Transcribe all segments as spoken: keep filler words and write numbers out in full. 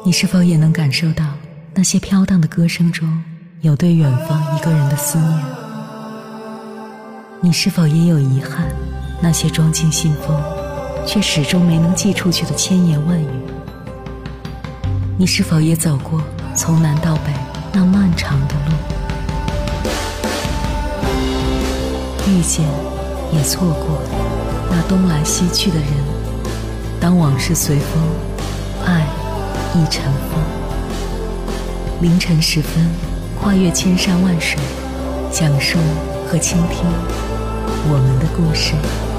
你是否也能感受到那些飘荡的歌声中有对远方一个人的思念？你是否也有遗憾，那些装进信封却始终没能寄出去的千言万语？你是否也走过从南到北那漫长的路？遇见也错过那东来西去的人，当往事随风，爱亦尘封。凌晨时分，跨越千山万水，讲述和倾听我们的故事。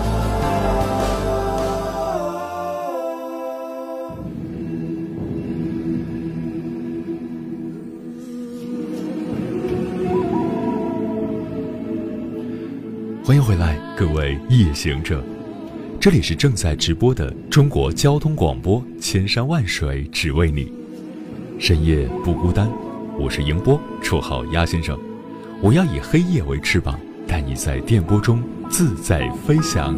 欢迎回来，各位夜行者，这里是正在直播的中国交通广播，千山万水只为你，深夜不孤单。我是迎波，绰号鸭先生，我要以黑夜为翅膀，带你在电波中自在飞翔。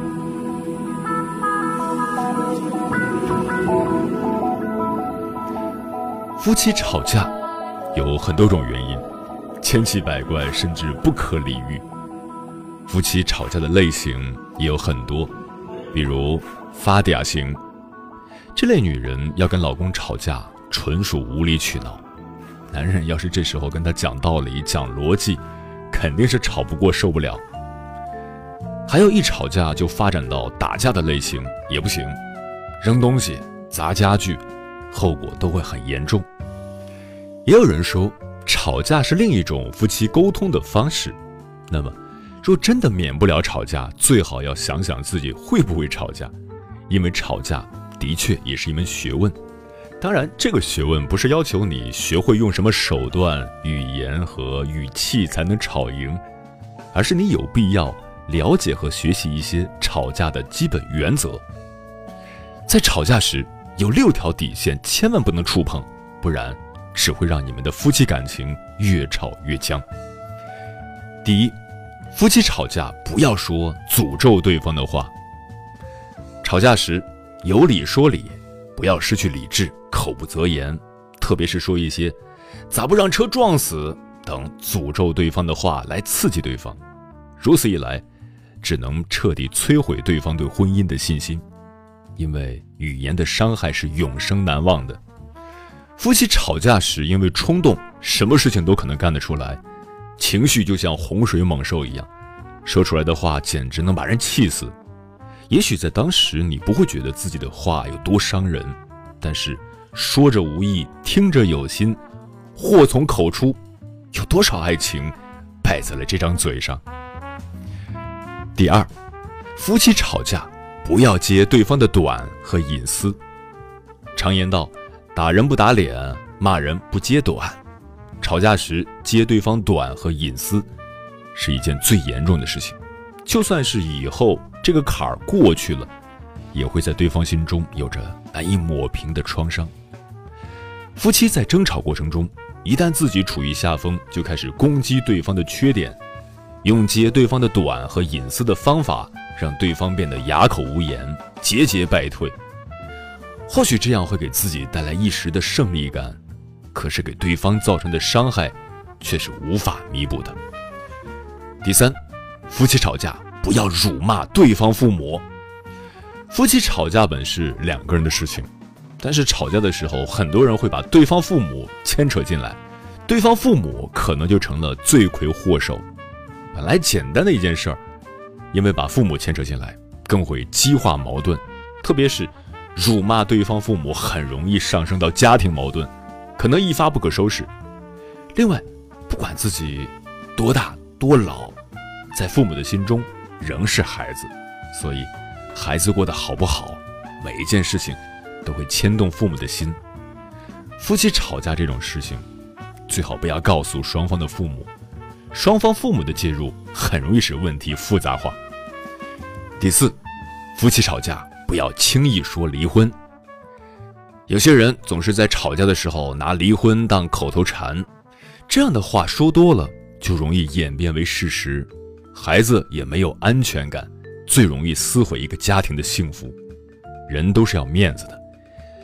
夫妻吵架有很多种原因，千奇百怪，甚至不可理喻。夫妻吵架的类型也有很多，比如发嗲型，这类女人要跟老公吵架纯属无理取闹，男人要是这时候跟她讲道理讲逻辑，肯定是吵不过受不了。还有一吵架就发展到打架的类型也不行，扔东西砸家具，后果都会很严重。也有人说吵架是另一种夫妻沟通的方式，那么若真的免不了吵架，最好要想想自己会不会吵架，因为吵架的确也是一门学问。当然，这个学问不是要求你学会用什么手段、语言和语气才能吵赢，而是你有必要了解和学习一些吵架的基本原则。在吵架时，有六条底线千万不能触碰，不然只会让你们的夫妻感情越吵越僵。第一，夫妻吵架不要说诅咒对方的话。吵架时有理说理，不要失去理智，口不择言，特别是说一些咋不让车撞死等诅咒对方的话来刺激对方。如此一来，只能彻底摧毁对方对婚姻的信心，因为语言的伤害是永生难忘的。夫妻吵架时因为冲动，什么事情都可能干得出来，情绪就像洪水猛兽一样，说出来的话简直能把人气死。也许在当时你不会觉得自己的话有多伤人，但是说着无意，听着有心，祸从口出，有多少爱情败在了这张嘴上。第二，夫妻吵架不要揭对方的短和隐私。常言道，打人不打脸，骂人不揭短。吵架时揭对方短和隐私是一件最严重的事情，就算是以后这个坎儿过去了，也会在对方心中有着难以抹平的创伤。夫妻在争吵过程中，一旦自己处于下风，就开始攻击对方的缺点，用揭对方的短和隐私的方法让对方变得哑口无言，节节败退。或许这样会给自己带来一时的胜利感，可是给对方造成的伤害却是无法弥补的。第三，夫妻吵架不要辱骂对方父母。夫妻吵架本是两个人的事情，但是吵架的时候，很多人会把对方父母牵扯进来，对方父母可能就成了罪魁祸首。本来简单的一件事儿，因为把父母牵扯进来，更会激化矛盾，特别是辱骂对方父母很容易上升到家庭矛盾，可能一发不可收拾。另外，不管自己多大多老，在父母的心中仍是孩子，所以孩子过得好不好，每一件事情都会牵动父母的心。夫妻吵架这种事情，最好不要告诉双方的父母，双方父母的介入很容易使问题复杂化。第四，夫妻吵架不要轻易说离婚。有些人总是在吵架的时候拿离婚当口头禅，这样的话说多了就容易演变为事实，孩子也没有安全感，最容易撕毁一个家庭的幸福。人都是要面子的，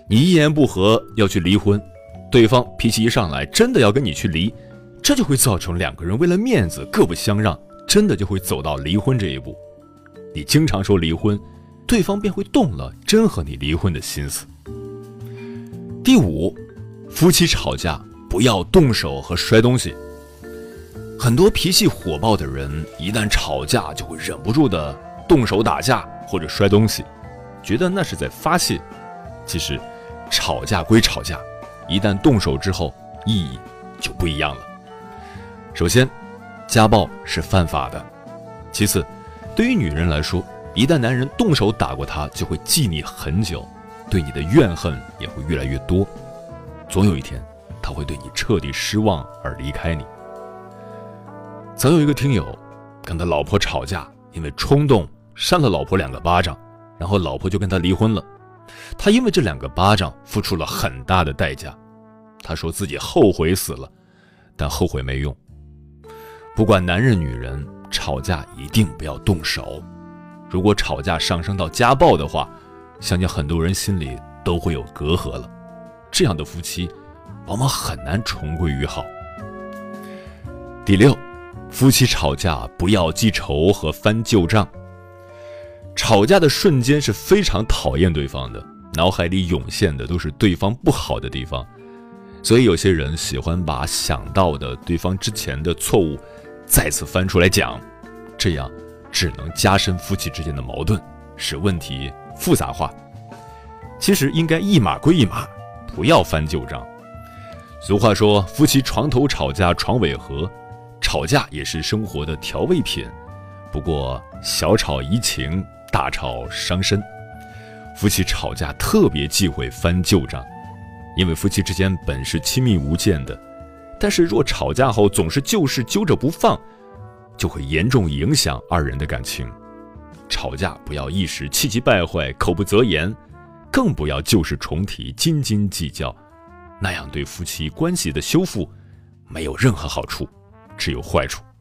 你一言不合要去离婚，对方脾气一上来真的要跟你去离，这就会造成两个人为了面子各不相让，真的就会走到离婚这一步。你经常说离婚，对方便会动了真和你离婚的心思。第五，夫妻吵架不要动手和摔东西。很多脾气火爆的人一旦吵架就会忍不住的动手打架或者摔东西，觉得那是在发泄。其实吵架归吵架，一旦动手之后意义就不一样了。首先，家暴是犯法的。其次，对于女人来说，一旦男人动手打过她，就会记你很久，对你的怨恨也会越来越多。总有一天他会对你彻底失望而离开你。曾有一个听友跟他老婆吵架，因为冲动扇了老婆两个巴掌，然后老婆就跟他离婚了。他因为这两个巴掌付出了很大的代价，他说自己后悔死了，但后悔没用。不管男人女人，吵架一定不要动手。如果吵架上升到家暴的话，相信很多人心里都会有隔阂了。这样的夫妻往往很难重归于好。第六，夫妻吵架不要记仇和翻旧账。吵架的瞬间是非常讨厌对方的，脑海里涌现的都是对方不好的地方，所以有些人喜欢把想到的对方之前的错误再次翻出来讲，这样只能加深夫妻之间的矛盾，使问题复杂化。其实应该一码归一码，不要翻旧账。俗话说，夫妻床头吵架床尾和，吵架也是生活的调味品，不过小吵怡情，大吵伤身。夫妻吵架特别忌讳翻旧账，因为夫妻之间本是亲密无间的，但是若吵架后总是旧事揪着不放，就会严重影响二人的感情。吵架不要一时气急败坏，口不择言，更不要旧事重提，斤斤计较，那样对夫妻关系的修复没有任何好处，只有坏处。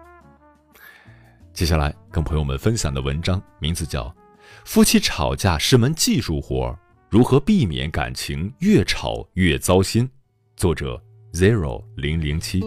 接下来跟朋友们分享的文章名字叫《夫妻吵架是门技术活，如何避免感情越吵越糟心》，作者 zero 零零七。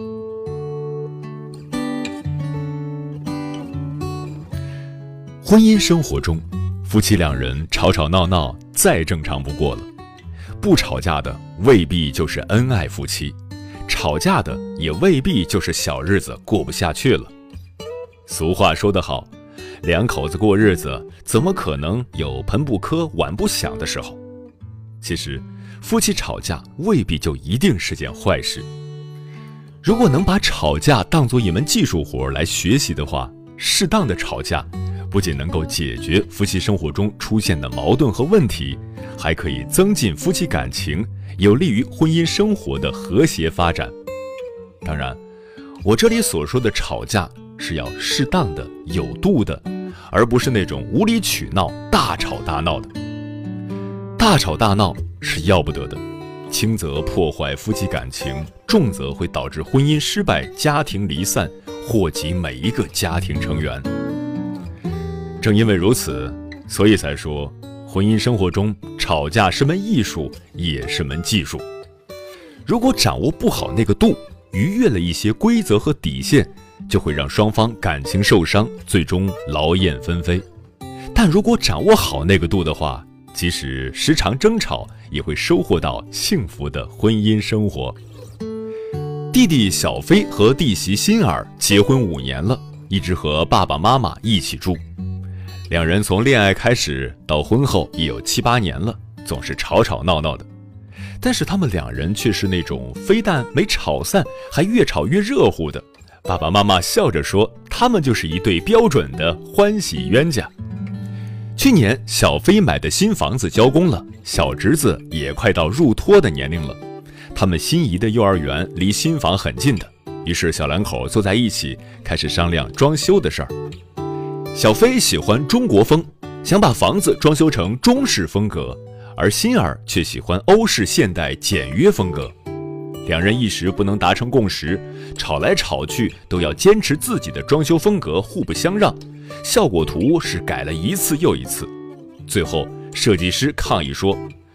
婚姻生活中，夫妻两人吵吵闹闹再正常不过了。不吵架的未必就是恩爱夫妻，吵架的也未必就是小日子过不下去了。俗话说得好，两口子过日子怎么可能有盆不磕碗不响的时候？其实夫妻吵架未必就一定是件坏事。如果能把吵架当作一门技术活来学习的话，适当的吵架不仅能够解决夫妻生活中出现的矛盾和问题，还可以增进夫妻感情，有利于婚姻生活的和谐发展。当然，我这里所说的吵架是要适当的、有度的，而不是那种无理取闹、大吵大闹的。大吵大闹是要不得的，轻则破坏夫妻感情，重则会导致婚姻失败、家庭离散，祸及每一个家庭成员。正因为如此，所以才说婚姻生活中吵架是门艺术，也是门技术。如果掌握不好那个度，逾越了一些规则和底线，就会让双方感情受伤，最终劳燕分飞。但如果掌握好那个度的话，即使时常争吵，也会收获到幸福的婚姻生活。弟弟小飞和弟媳欣儿结婚五年了，一直和爸爸妈妈一起住。两人从恋爱开始到婚后也有七八年了，总是吵吵闹闹的。但是他们两人却是那种非但没吵散，还越吵越热乎的。爸爸妈妈笑着说，他们就是一对标准的欢喜冤家。去年小飞买的新房子交工了，小侄子也快到入托的年龄了。他们心仪的幼儿园离新房很近的，于是小两口坐在一起，开始商量装修的事儿。小飞喜欢中国风，想把房子装修成中式风格，而欣儿却喜欢欧式现代简约风格。两人一时不能达成共识，吵来吵去都要坚持自己的装修风格，互不相让，效果图是改了一次又一次。最后设计师抗议说，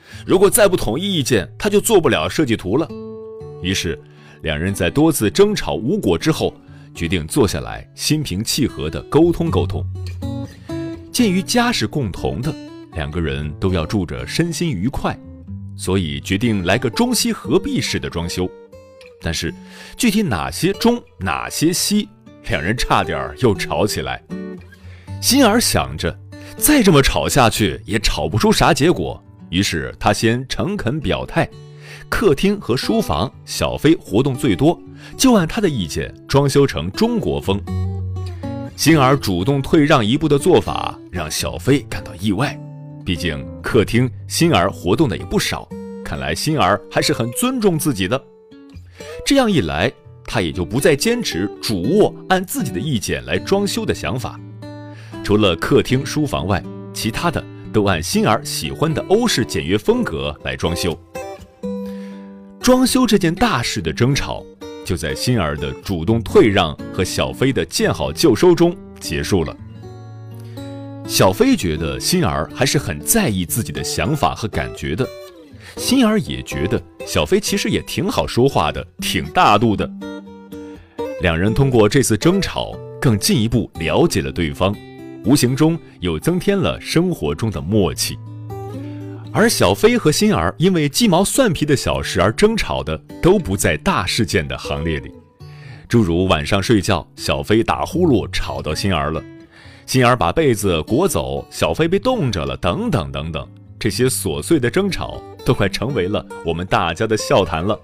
如果再不统一意见，他就做不了设计图了。于是两人在多次争吵无果之后，决定坐下来心平气和地沟通沟通。鉴于家是共同的，两个人都要住着身心愉快，所以决定来个中西合璧式的装修。但是具体哪些中哪些西，两人差点又吵起来。心儿想着再这么吵下去也吵不出啥结果，于是他先诚恳表态，客厅和书房小飞活动最多，就按他的意见装修成中国风。心儿主动退让一步的做法让小飞感到意外，毕竟客厅心儿活动的也不少，看来心儿还是很尊重自己的。这样一来，他也就不再坚持主卧按自己的意见来装修的想法。除了客厅书房外，其他的都按心儿喜欢的欧式简约风格来装修。装修这件大事的争吵就在心儿的主动退让和小飞的见好就收中结束了。小飞觉得心儿还是很在意自己的想法和感觉的，心儿也觉得小飞其实也挺好说话的，挺大度的。两人通过这次争吵更进一步了解了对方，无形中又增添了生活中的默契。而小飞和心儿因为鸡毛蒜皮的小事而争吵的都不在大事件的行列里，诸如晚上睡觉小飞打呼噜吵到心儿了，心儿把被子裹走小飞被冻着了，等等等等，这些琐碎的争吵都快成为了我们大家的笑谈了。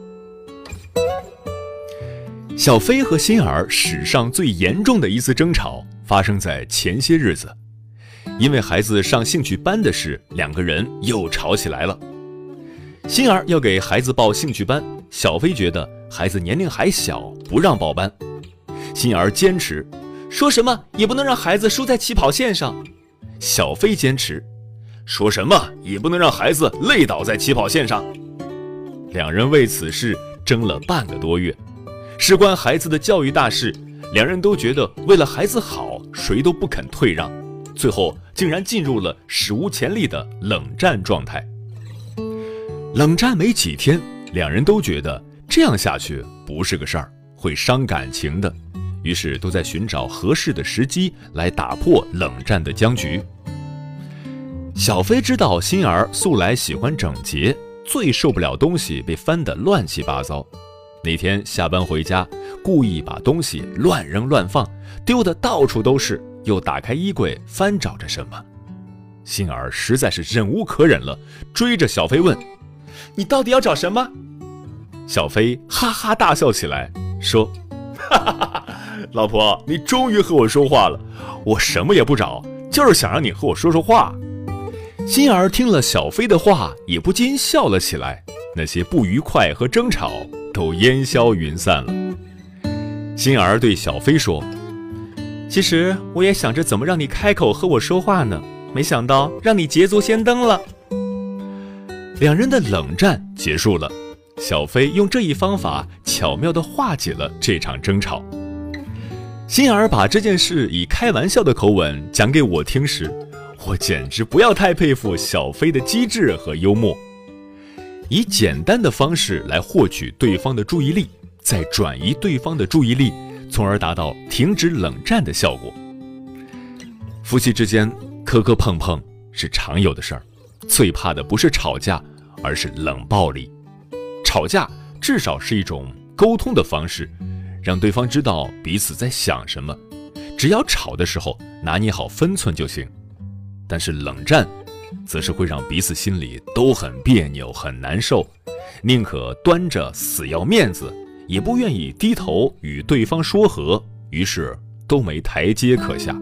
小飞和心儿史上最严重的一次争吵发生在前些日子，因为孩子上兴趣班的事，两个人又吵起来了。心儿要给孩子报兴趣班，小飞觉得孩子年龄还小，不让报班。心儿坚持，说什么也不能让孩子输在起跑线上。小飞坚持，说什么也不能让孩子累倒在起跑线上。两人为此事争了半个多月，事关孩子的教育大事，两人都觉得为了孩子好，谁都不肯退让，最后竟然进入了史无前例的冷战状态。冷战没几天，两人都觉得这样下去不是个事儿，会伤感情的，于是都在寻找合适的时机来打破冷战的僵局。小飞知道心儿素来喜欢整洁，最受不了东西被翻得乱七八糟。那天下班回家，故意把东西乱扔乱放，丢得到处都是，又打开衣柜翻找着什么。心儿实在是忍无可忍了，追着小飞问：你到底要找什么？小飞哈哈大笑起来，说：哈哈哈，老婆，你终于和我说话了，我什么也不找，就是想让你和我说说话。心儿听了小飞的话，也不禁笑了起来，那些不愉快和争吵都烟消云散了。心儿对小飞说：其实我也想着怎么让你开口和我说话呢，没想到让你捷足先登了。两人的冷战结束了，小飞用这一方法巧妙地化解了这场争吵。心儿把这件事以开玩笑的口吻讲给我听时，我简直不要太佩服小飞的机智和幽默。以简单的方式来获取对方的注意力，再转移对方的注意力，从而达到停止冷战的效果。夫妻之间磕磕碰碰是常有的事儿，最怕的不是吵架，而是冷暴力。吵架至少是一种沟通的方式，让对方知道彼此在想什么，只要吵的时候拿捏好分寸就行。但是冷战则是会让彼此心里都很别扭很难受，宁可端着死要面子，也不愿意低头与对方说和，于是都没台阶可下。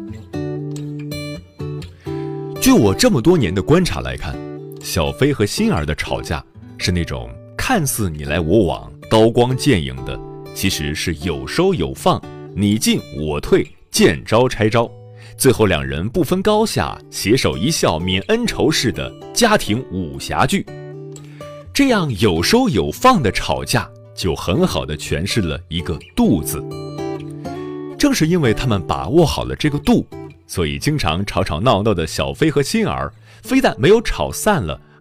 据我这么多年的观察来看，小飞和心儿的吵架是那种看似你来我往刀光剑影的，其实是有收有放，你进我退，见招拆招，最后两人不分高下，携手一笑泯恩仇式的家庭武侠剧。这样有收有放的吵架就很好地诠释了一个度字。正是因为他们把握好了这个度，所以经常吵吵闹闹的小飞和心儿非但没有吵散了，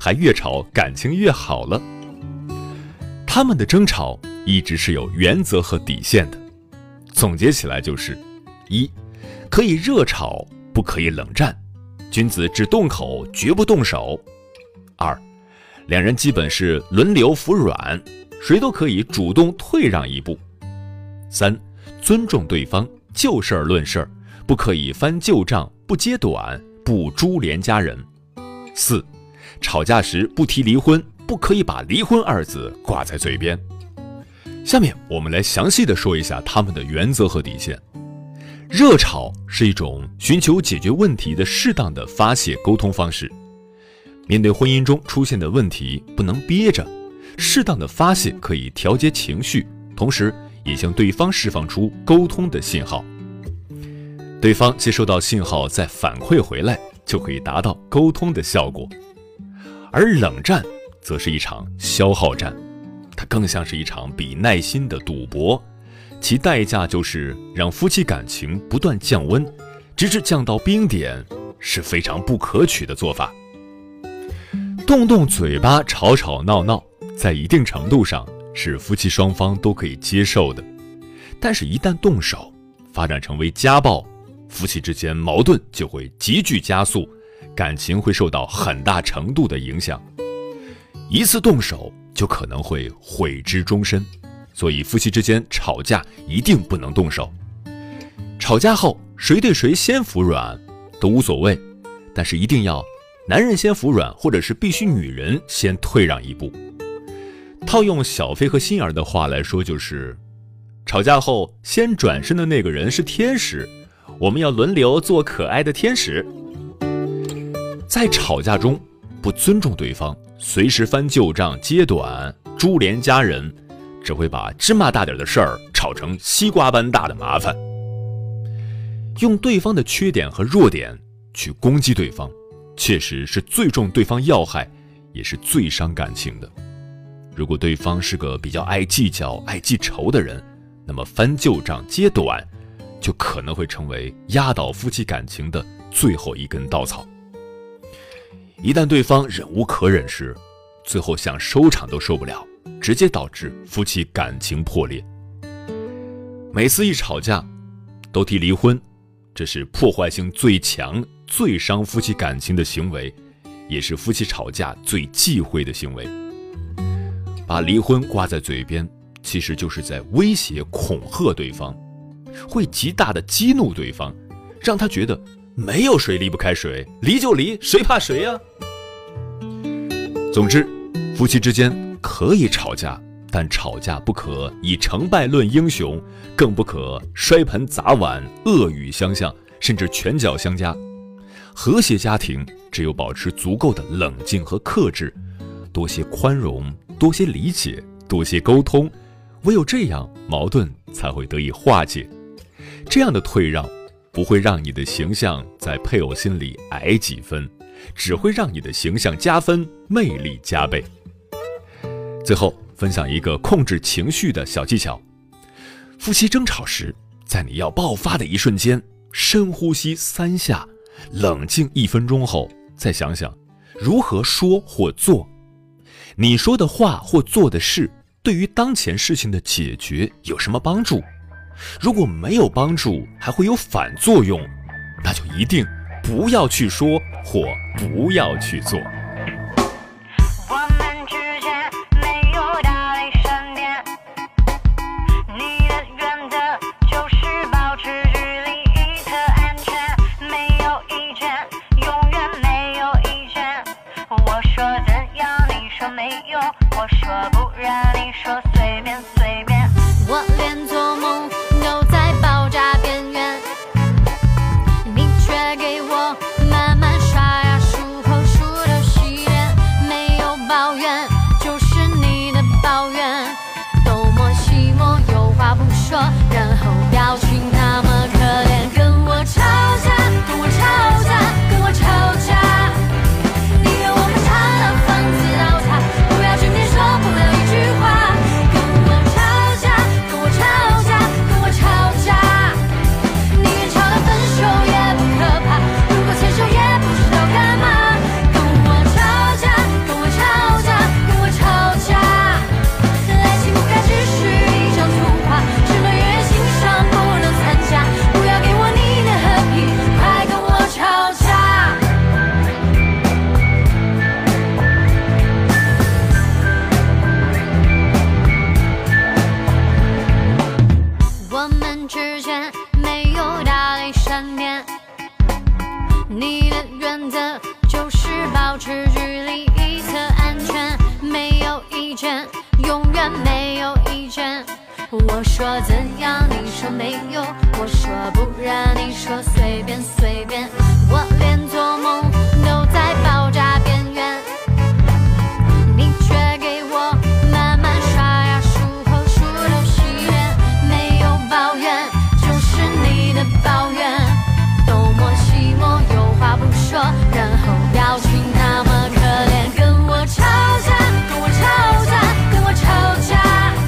还越吵感情越好了。他们的争吵一直是有原则和底线的，总结起来就是：一，可以热吵，不可以冷战，君子只动口，绝不动手；二，两人基本是轮流服软，谁都可以主动退让一步；三，尊重对方，就事儿论事儿，不可以翻旧账，不揭短，不株连家人；四，吵架时不提离婚，不可以把离婚二字挂在嘴边。下面我们来详细的说一下他们的原则和底线。热吵是一种寻求解决问题的适当的发泄沟通方式。面对婚姻中出现的问题，不能憋着，适当的发泄可以调节情绪，同时也向对方释放出沟通的信号。对方接收到信号再反馈回来，就可以达到沟通的效果。而冷战则是一场消耗战，它更像是一场比耐心的赌博，其代价就是让夫妻感情不断降温，直至降到冰点，是非常不可取的做法。动动嘴巴，吵吵闹闹，在一定程度上是夫妻双方都可以接受的，但是一旦动手，发展成为家暴，夫妻之间矛盾就会急剧加速，感情会受到很大程度的影响。一次动手就可能会毁之终身，所以夫妻之间吵架一定不能动手。吵架后谁对谁先服软都无所谓，但是一定要男人先服软，或者是必须女人先退让一步。套用小飞和心儿的话来说，就是吵架后先转身的那个人是天使，我们要轮流做可爱的天使。在吵架中不尊重对方，随时翻旧账揭短，株连家人，只会把芝麻大点的事儿吵成西瓜般大的麻烦。用对方的缺点和弱点去攻击对方，确实是最中对方要害，也是最伤感情的。如果对方是个比较爱计较、爱记仇的人，那么翻旧账揭短就可能会成为压倒夫妻感情的最后一根稻草。一旦对方忍无可忍时，最后想收场都收不了，直接导致夫妻感情破裂。每次一吵架都提离婚，这是破坏性最强、最伤夫妻感情的行为，也是夫妻吵架最忌讳的行为。把离婚挂在嘴边，其实就是在威胁恐吓对方，会极大的激怒对方，让他觉得没有谁离不开谁，离就离，谁怕谁呀？总之，夫妻之间可以吵架，但吵架不可以成败论英雄，更不可摔盆砸碗、恶语相向，甚至拳脚相加。和谐家庭只有保持足够的冷静和克制，多些宽容，多些理解，多些沟通，唯有这样，矛盾才会得以化解。这样的退让不会让你的形象在配偶心里矮几分，只会让你的形象加分，魅力加倍。最后分享一个控制情绪的小技巧。夫妻争吵时，在你要爆发的一瞬间，深呼吸三下，冷静一分钟后，再想想如何说或做。你说的话或做的事，对于当前事情的解决有什么帮助？如果没有帮助，还会有反作用，那就一定不要去说或不要去做。 我们之间没有大力闪电，你的原则就是保持距离，一特安全，没有意见，永远没有意见。我说怎样，你说没用，我说不让你说随便随便。我连做梦都在爆炸边缘，你却给我慢慢刷牙漱口漱的洗脸，没有抱怨就是你的抱怨，都默契默有话不说，然后表情那么可怜，跟我吵架，跟我吵架，跟我吵架，宁愿我们吵到房子倒塌，不要今天说不了一句话，跟我吵架。 说怎样，你说没有，我说不然，你说随便随便，我连做梦都在爆炸边缘，你却给我慢慢刷牙漱口漱头洗脸，没有抱怨就是你的抱怨，多么寂寞有话不说，然后表情那么可怜，跟我吵架跟我吵架跟我吵架，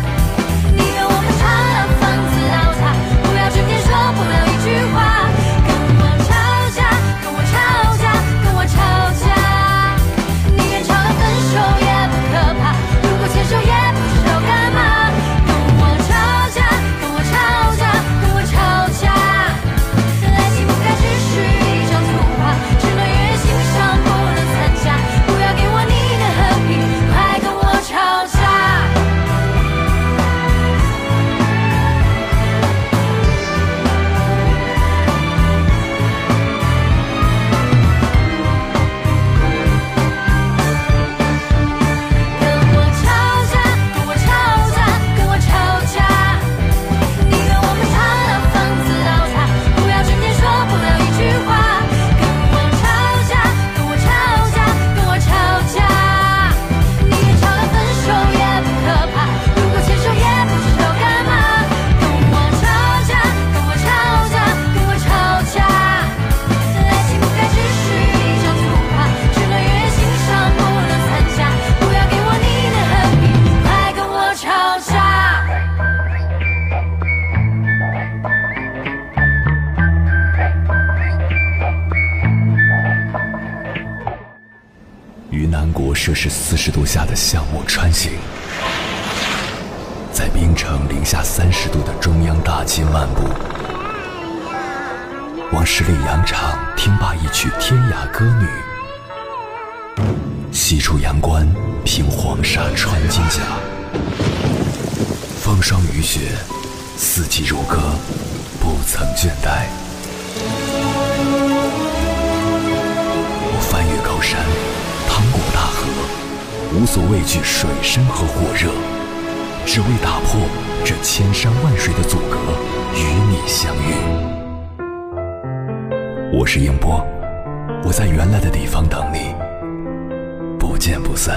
摄氏四十度下的项目穿行，在冰城零下三十度的中央大街漫步，往十里洋场听罢一曲天涯歌女，西出阳关凭黄沙穿金甲，风霜雨雪，四季如歌，不曾倦怠。我翻越高山，趟过大河，无所畏惧水深和火热，只为打破这千山万水的阻隔，与你相遇。我是英波，我在原来的地方等你，不见不散。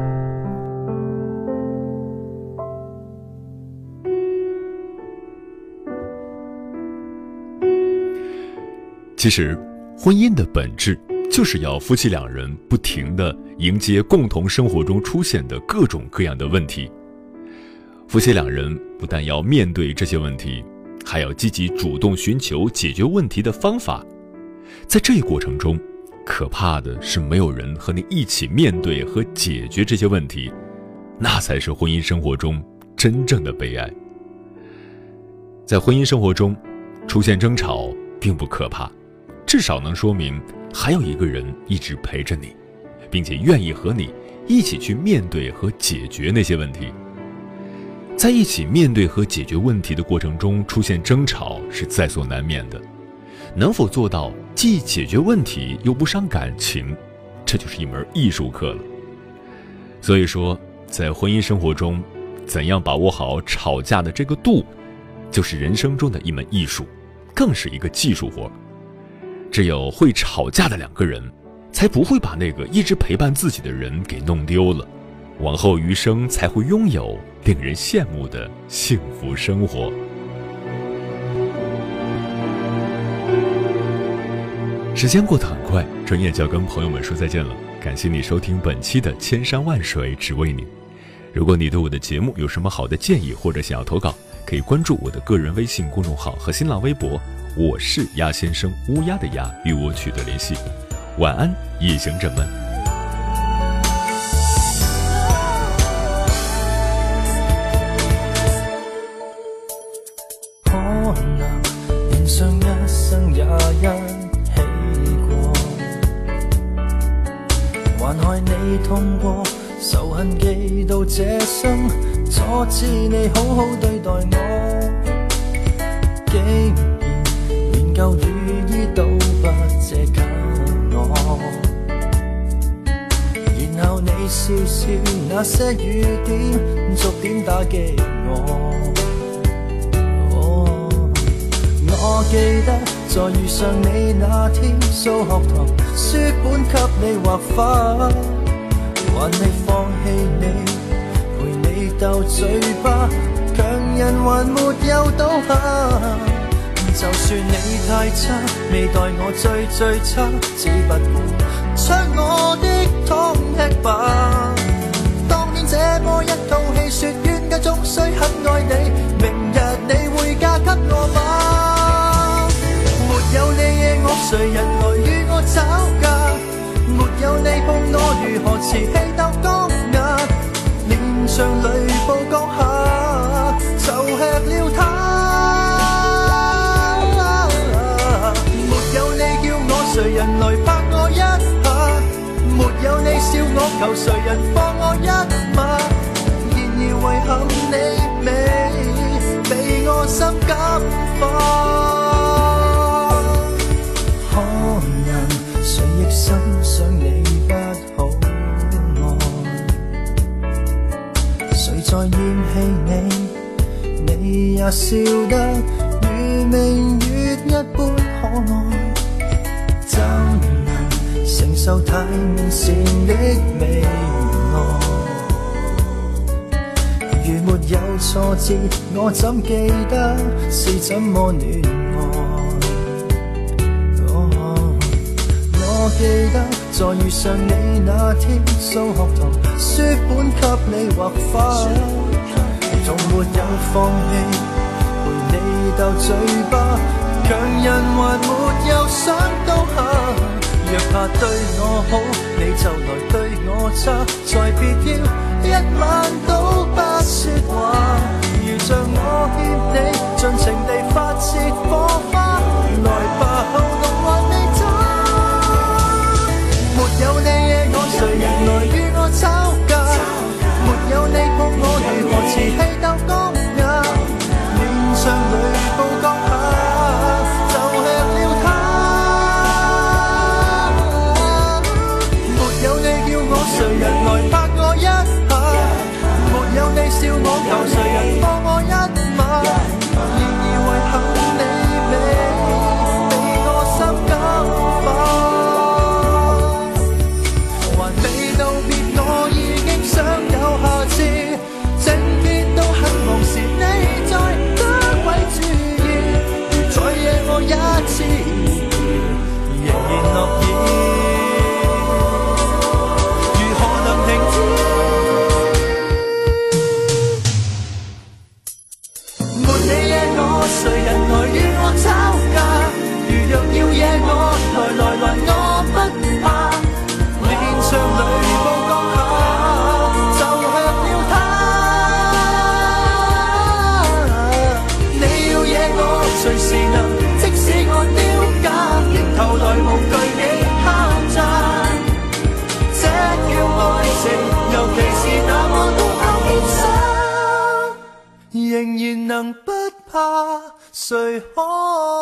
其实，婚姻的本质就是要夫妻两人不停地迎接共同生活中出现的各种各样的问题。夫妻两人不但要面对这些问题，还要积极主动寻求解决问题的方法。在这一过程中，可怕的是没有人和你一起面对和解决这些问题，那才是婚姻生活中真正的悲哀。在婚姻生活中，出现争吵并不可怕，至少能说明还有一个人一直陪着你，并且愿意和你一起去面对和解决那些问题。在一起面对和解决问题的过程中出现争吵是在所难免的，能否做到既解决问题又不伤感情，这就是一门艺术课了。所以说，在婚姻生活中，怎样把握好吵架的这个度，就是人生中的一门艺术，更是一个技术活。只有会吵架的两个人，才不会把那个一直陪伴自己的人给弄丢了，往后余生才会拥有令人羡慕的幸福生活。时间过得很快，转眼就要跟朋友们说再见了。感谢你收听本期的千山万水只为你。如果你对我的节目有什么好的建议或者想要投稿，可以关注我的个人微信公众号和新浪微博，我是鸭先生，乌鸦的鸭，与我取得联系。晚安，夜行者们。 可能連上一生也一起過，還害你痛過，仇恨記到這生，阻止你好好對待我，竟然連舊雨衣都不借給我，然後你笑笑那些雨點逐點打擊我， 我記得在遇上你那天，數學堂書本給你畫花，還未放棄你，陪你鬥嘴巴，強人還沒有倒下。就算你太差，未待我最最差，只不過將我的湯吃吧。當年這麼一套戲，說冤家終須很愛你，明日你會嫁給我嗎？沒有你惹我，誰人來與我吵架？沒有你碰我，如何持氣鬥剛雅？臉上淚曝光下，就吃了它。沒有你叫我，誰人來拍我一下？沒有你笑我，求誰人放我一馬？然而遺憾你未被我心感化。可能誰亦欣賞你不好愛，誰在厭棄你？你也笑得如明月一般可愛。怎能承受太面善的美愛？如沒有挫折，我怎記得是怎麼戀愛？哦，我記得在遇上你那天，數學堂書本給你畫花，從沒有放棄，陪你鬥嘴巴，強人還沒有想到下。若怕對我好，你就來對我差，再別要一晚都不說話。如像我欠你，盡情地發泄火花，來吧後路還未走。沒有你惹我，誰人來與我吵架？沒有你碰我，如何持氣鬥剛雅？臉上淚曝光下，就吃了它。誰人來拍我一下？沒有你笑我，求誰人放我一馬？然而遺憾你未被我心感化，還未道別我已經想有下次，正結都很忙時你再多位注意，再惹我一次仍然樂意。誰人來與我吵架？如若要惹我，來來來我不怕。臉上淚曝光下，就吃了它。你要惹我，隨時能，即使我丟架，迎頭來無懼你敲詐。這叫愛情，尤其是那麼到後面生，仍然能不怕，誰可